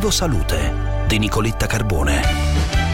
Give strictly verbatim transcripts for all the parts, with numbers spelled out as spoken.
Obiettivo Salute di Nicoletta Carbone.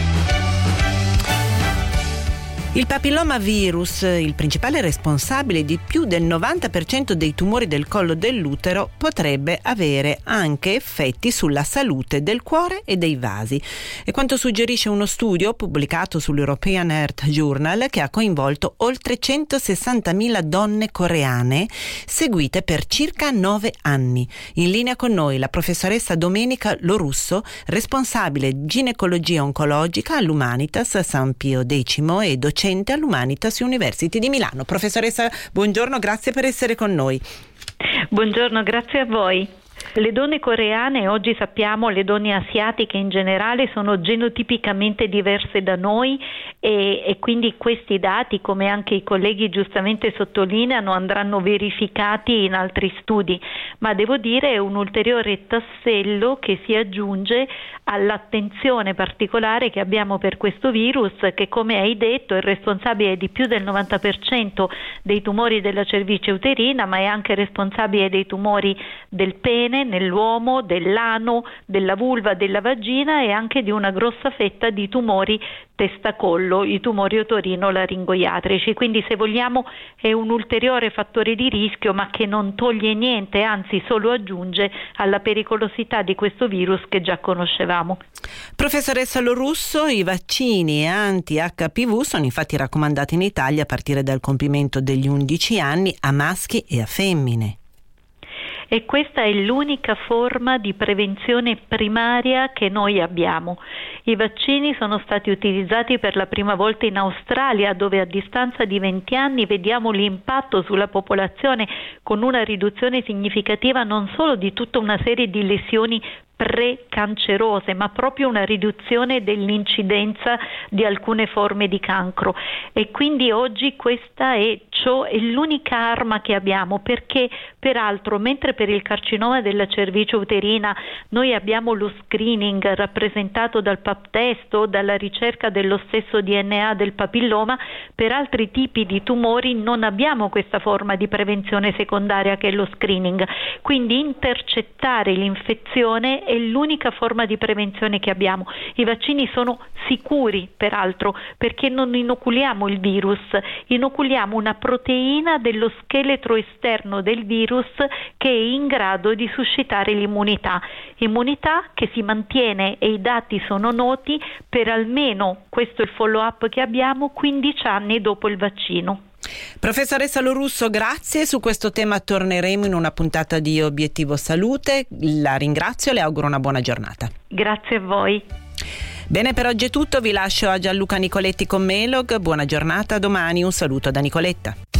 Il papillomavirus, il principale responsabile di più del novanta per cento dei tumori del collo dell'utero, potrebbe avere anche effetti sulla salute del cuore e dei vasi. È quanto suggerisce uno studio pubblicato sull'European Heart Journal che ha coinvolto oltre centosessantamila donne coreane seguite per circa nove anni. In linea con noi la professoressa Domenica Lorusso, responsabile ginecologia oncologica all'Humanitas San Pio X e docente all'Humanitas University di Milano. Professoressa, buongiorno, grazie per essere con noi. Buongiorno, grazie a voi. Le donne coreane, oggi sappiamo, le donne asiatiche in generale, sono genotipicamente diverse da noi e, e quindi questi dati, come anche i colleghi giustamente sottolineano, andranno verificati in altri studi, ma devo dire è un ulteriore tassello che si aggiunge all'attenzione particolare che abbiamo per questo virus che, come hai detto, è responsabile di più del novanta per cento dei tumori della cervice uterina, ma è anche responsabile dei tumori del pene nell'uomo, dell'ano, della vulva, della vagina e anche di una grossa fetta di tumori testacollo, i tumori otorino-laringoiatrici. Quindi, se vogliamo, è un ulteriore fattore di rischio, ma che non toglie niente, anzi solo aggiunge alla pericolosità di questo virus che già conoscevamo. Professoressa Lorusso, i vaccini anti-acca pi vu sono infatti raccomandati in Italia a partire dal compimento degli undici anni a maschi e a femmine. E questa è l'unica forma di prevenzione primaria che noi abbiamo. I vaccini sono stati utilizzati per la prima volta in Australia, dove a distanza di venti anni vediamo l'impatto sulla popolazione con una riduzione significativa non solo di tutta una serie di lesioni precancerose, ma proprio una riduzione dell'incidenza di alcune forme di cancro. E quindi oggi questa è, ciò è l'unica arma che abbiamo, perché peraltro mentre per il carcinoma della cervice uterina noi abbiamo lo screening rappresentato dal pap test o dalla ricerca dello stesso D N A del papilloma, per altri tipi di tumori non abbiamo questa forma di prevenzione secondaria che è lo screening. Quindi intercettare l'infezione è l'unica forma di prevenzione che abbiamo. I vaccini sono sicuri, peraltro, perché non inoculiamo il virus, inoculiamo una proteina dello scheletro esterno del virus che è in grado di suscitare l'immunità. Immunità che si mantiene, e i dati sono noti, per almeno, questo è il follow-up che abbiamo, quindici anni dopo il vaccino. Professoressa Lorusso, grazie. Su questo tema torneremo in una puntata di Obiettivo Salute. La ringrazio e le auguro una buona giornata. Grazie a voi. Bene, per oggi è tutto. Vi lascio a Gianluca Nicoletti con Melog. Buona giornata, a domani. Un saluto da Nicoletta.